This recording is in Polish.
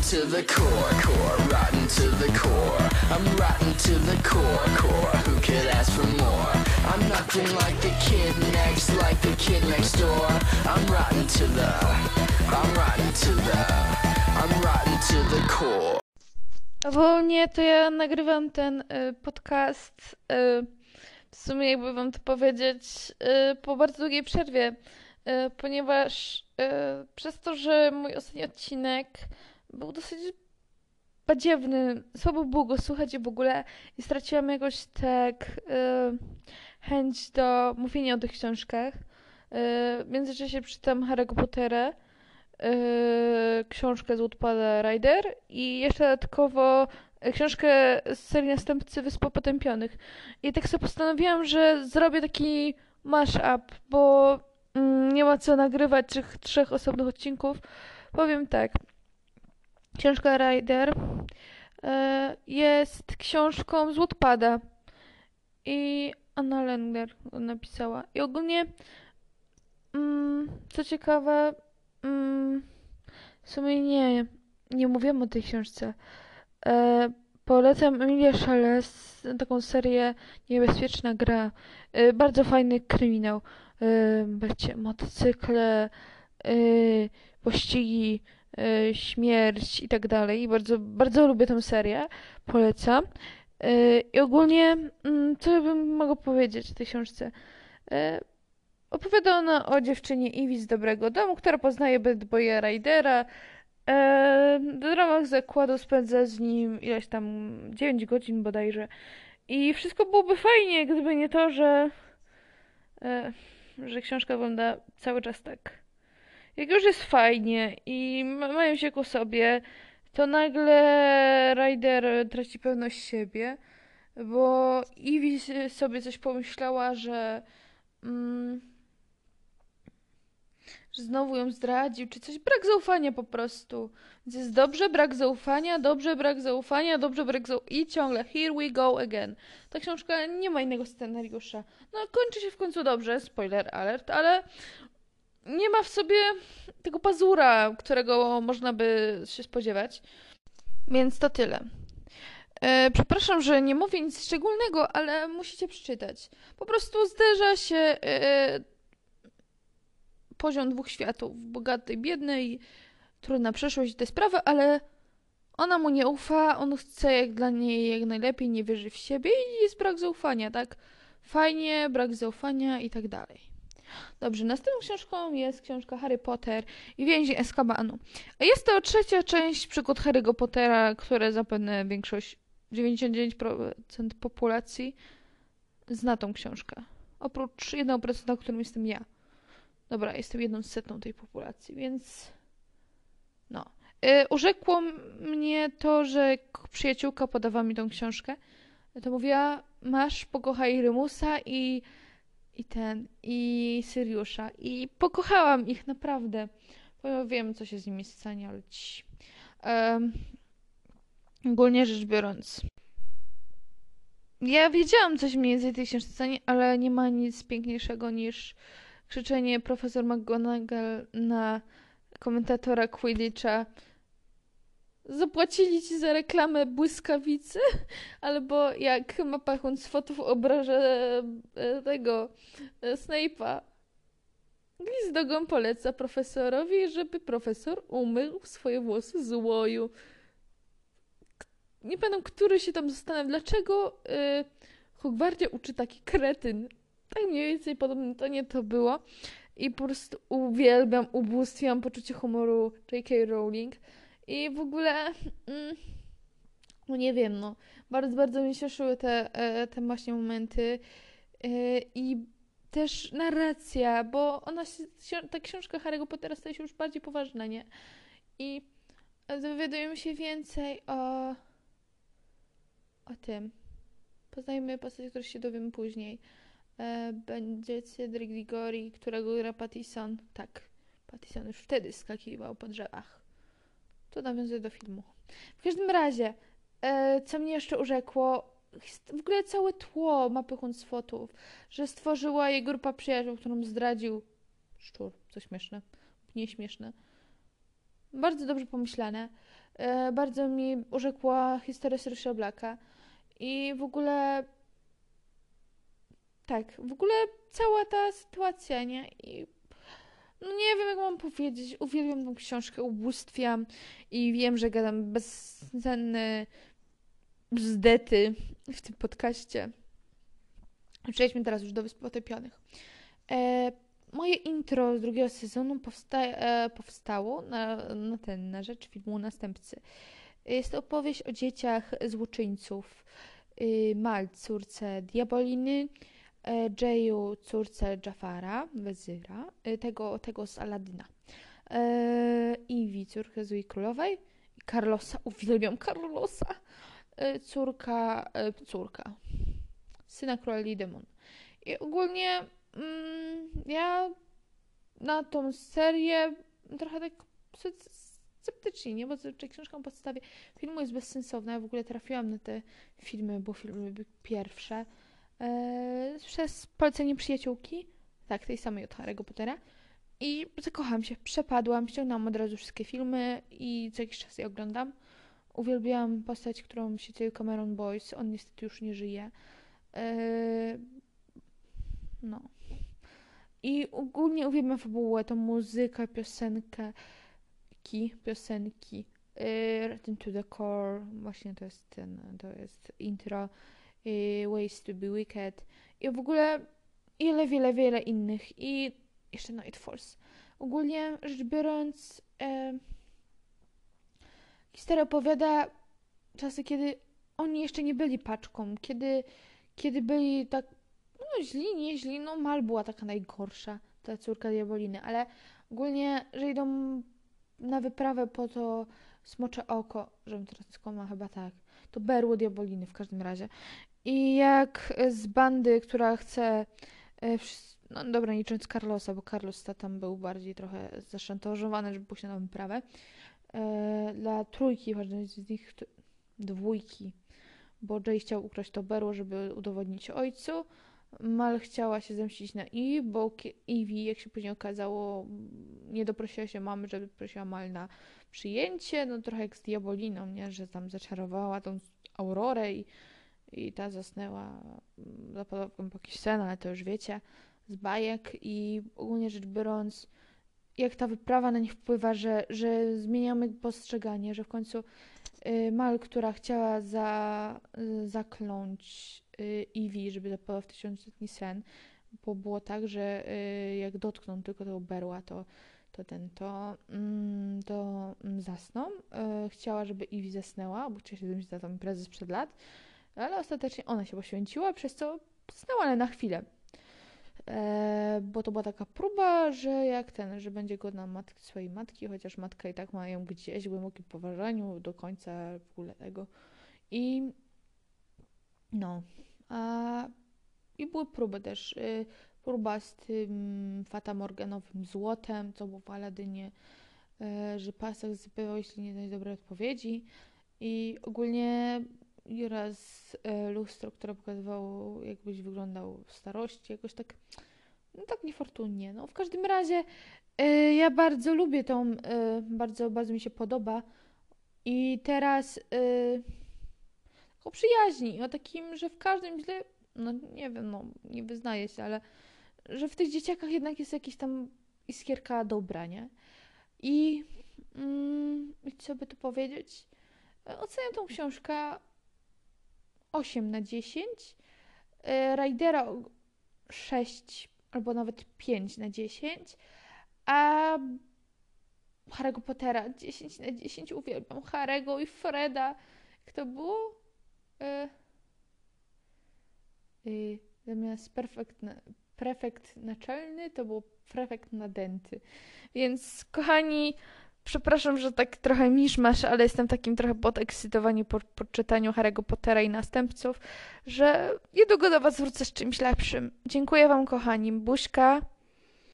to the core, rotten to the core. I'm rotten to the core. Who could ask for more? I'm nothing like the kid next door. I'm rotten to the core. Ogólnie to ja nagrywam ten podcast, w sumie jakby wam to powiedzieć, po bardzo długiej przerwie, ponieważ przez to, że mój ostatni odcinek był dosyć badziewny, słabo było go słuchać i w ogóle i straciłam jakoś tak chęć do mówienia o tych książkach. W międzyczasie czytam Harry'ego Pottera, książkę z Wattpada Rider i jeszcze dodatkowo książkę z serii Następcy Wysp Potępionych. I tak sobie postanowiłam, że zrobię taki mash-up, bo nie ma co nagrywać tych 3 osobnych odcinków. Powiem tak. Książka Rider jest książką z Wattpada i Anna Lengner napisała. I ogólnie co ciekawe, w sumie nie mówiłem o tej książce. Polecam Emilię Szales, taką serię Niebezpieczna gra. Bardzo fajny kryminał. Będzie motocykle, pościgi, śmierć i tak dalej. Bardzo, bardzo lubię tę serię. Polecam. I ogólnie, co bym mogła powiedzieć o tej książce? Opowiada ona o dziewczynie Ivy z Dobrego Domu, która poznaje Bad Boya Rydera. W ramach zakładu spędza z nim ileś tam 9 godzin bodajże. I wszystko byłoby fajnie, gdyby nie to, że książka wygląda cały czas tak. Jak już jest fajnie i mają się ku sobie, to nagle Ryder traci pewność siebie, bo Ivy sobie coś pomyślała, że znowu ją zdradził, czy coś. Brak zaufania po prostu. Więc jest dobrze, brak zaufania, dobrze, brak zaufania, dobrze, brak zaufania i ciągle here we go again. Ta książka nie ma innego scenariusza. No, kończy się w końcu dobrze, spoiler alert, ale nie ma w sobie tego pazura, którego można by się spodziewać. Więc to tyle. Przepraszam, że nie mówię nic szczególnego, ale musicie przeczytać. Po prostu zderza się poziom 2 światów, bogatej, biednej, trudna przeszłość i te sprawy, ale ona mu nie ufa, on chce jak dla niej jak najlepiej, nie wierzy w siebie i jest brak zaufania, tak? Fajnie, brak zaufania i tak dalej. Dobrze, następną książką jest książka Harry Potter i Więzień Azkabanu. Jest to 3. część przygód Harry'ego Pottera, które zapewne większość, 99% populacji zna tą książkę. Oprócz 1%, którym jestem ja. Dobra, jestem 1/100 tej populacji, więc no. Urzekło mnie to, że przyjaciółka podawała mi tą książkę. To mówiła, masz, pokochaj Remusa i Syriusza. I pokochałam ich naprawdę. Bo wiem, co się z nimi stanie, ale ogólnie rzecz biorąc. Ja wiedziałam coś mniej więcej tej książce stanie, ale nie ma nic piękniejszego niż krzyczenie profesor McGonagall na komentatora Quidditcha. Zapłacili ci za reklamę błyskawicy? Albo jak mapa Huncfotów obraża tego Snape'a. Glizdogon poleca profesorowi, żeby profesor umył swoje włosy z łoju. Nie pamiętam, który się tam zastanawia, dlaczego Hogwarcie uczy taki kretyn. Tak mniej więcej podobnie to nie to było. I po prostu uwielbiam, ubóstwiam poczucie humoru J.K. Rowling. I w ogóle, no nie wiem, no, bardzo, bardzo mnie cieszyły te właśnie momenty. I też narracja, bo ta książka Harry'ego Pottera staje się już bardziej poważna, nie? I dowiadujemy się więcej o tym. Poznajmy postać, której się dowiemy później. Będzie Cedric Diggory, którego gra Pattison. Tak, Pattison już wtedy skakiwał po drzewach. To nawiązuje do filmu. W każdym razie, co mnie jeszcze urzekło, w ogóle całe tło mapy Huncfotów, że stworzyła jej grupa przyjaciół, którą zdradził szczur. Co śmieszne, nieśmieszne. Bardzo dobrze pomyślane. Bardzo mi urzekła historia Siriusa Blacka. I w ogóle cała ta sytuacja, nie? I no nie wiem, jak mam powiedzieć. Uwielbiam tą książkę, ubóstwiam i wiem, że gadam bezzenne bzdety w tym podcaście. Przejdźmy teraz już do Wysp Potopionych. Moje intro z drugiego sezonu powstało na rzecz filmu Następcy. Jest to opowieść o dzieciach złoczyńców. Mal, córce Diaboliny, Jayu, córce Jafara, wezyra, tego z Aladyna. Ivy, córkę Złej Królowej. Carlosa, uwielbiam Carlosa. Córka syna króla Lidemon. I ogólnie ja na tą serię trochę tak sceptycznie, nie? Bo zazwyczaj książka na podstawie filmu jest bezsensowna. Ja w ogóle trafiłam na te filmy, bo filmy były pierwsze przez polecenie przyjaciółki, tak, tej samej od Harry'ego Pottera, i zakochałam się, przepadłam, ściągnęłam od razu wszystkie filmy i co jakiś czas je oglądam. Uwielbiałam postać, którą świecił Cameron Boyce, on niestety już nie żyje. No. I ogólnie uwielbiam fabułę, tą muzykę, piosenki. Return to the Core, właśnie to jest intro. Ways to be Wicked. I w ogóle wiele innych. I jeszcze Night Force. Ogólnie rzecz biorąc, historia opowiada czasy, kiedy oni jeszcze nie byli paczką, kiedy byli tak źli, no Mal była taka najgorsza, ta córka Diaboliny, ale ogólnie, że idą na wyprawę po to Smocze Oko, żebym teraz skłamała, chyba tak, to berło Diaboliny w każdym razie. I jak z bandy, która chce, no dobra, nie licząc Carlosa, bo Carlos tam był bardziej trochę zaszantażowany, żeby pójść na wyprawę, dla trójki, chodzi z nich dwójki, bo Jay chciał ukraść to berło, żeby udowodnić ojcu. Mal chciała się zemścić na Ivy, bo Ivy, jak się później okazało, nie doprosiła się mamy, żeby prosiła Mal na przyjęcie, no trochę jak z Diaboliną, nie, że tam zaczarowała tą Aurorę i ta zasnęła, zapadła w głęboki sen, ale to już wiecie, z bajek. I ogólnie rzecz biorąc, jak ta wyprawa na nich wpływa, że zmieniamy postrzeganie, że w końcu Mal, która chciała zakląć Ivy, żeby zapadła w tysiącletni sen, bo było tak, że jak dotkną tylko tego berła, to zasną. Chciała, żeby Ivy zasnęła, bo chciała się zemścić za tą imprezę sprzed lat, ale ostatecznie ona się poświęciła, przez co zasnęła, ale na chwilę. Bo to była taka próba, że będzie godna swojej matki, chociaż matka i tak ma ją gdzieś w głębokim poważaniu do końca w ogóle tego. I i były próby też. Próba z tym fatamorganowym złotem, co było w Aladynie, że pasek zbywał, jeśli nie dać dobrej odpowiedzi. I ogólnie raz lustro, które pokazywało, jakbyś wyglądał w starości, jakoś tak, no tak niefortunnie. No w każdym razie ja bardzo lubię bardzo mi się podoba. I teraz o przyjaźni, o takim, że w każdym źle, no nie wiem, no nie wyznaję się, ale że w tych dzieciakach jednak jest jakiś tam iskierka dobra, nie? I co by tu powiedzieć? Oceniam tą książkę 8/10, Raidera 6 albo nawet 5/10, a Harry'ego Pottera 10/10. Uwielbiam Harry'ego i Freda. Jak to było? Zamiast prefekt naczelny to był prefekt nadęty. Więc kochani, przepraszam, że tak trochę miszmasz, ale jestem takim trochę podekscytowani po czytaniu Harry'ego Pottera i Następców, że niedługo do was wrócę z czymś lepszym. Dziękuję wam, kochani. Buźka.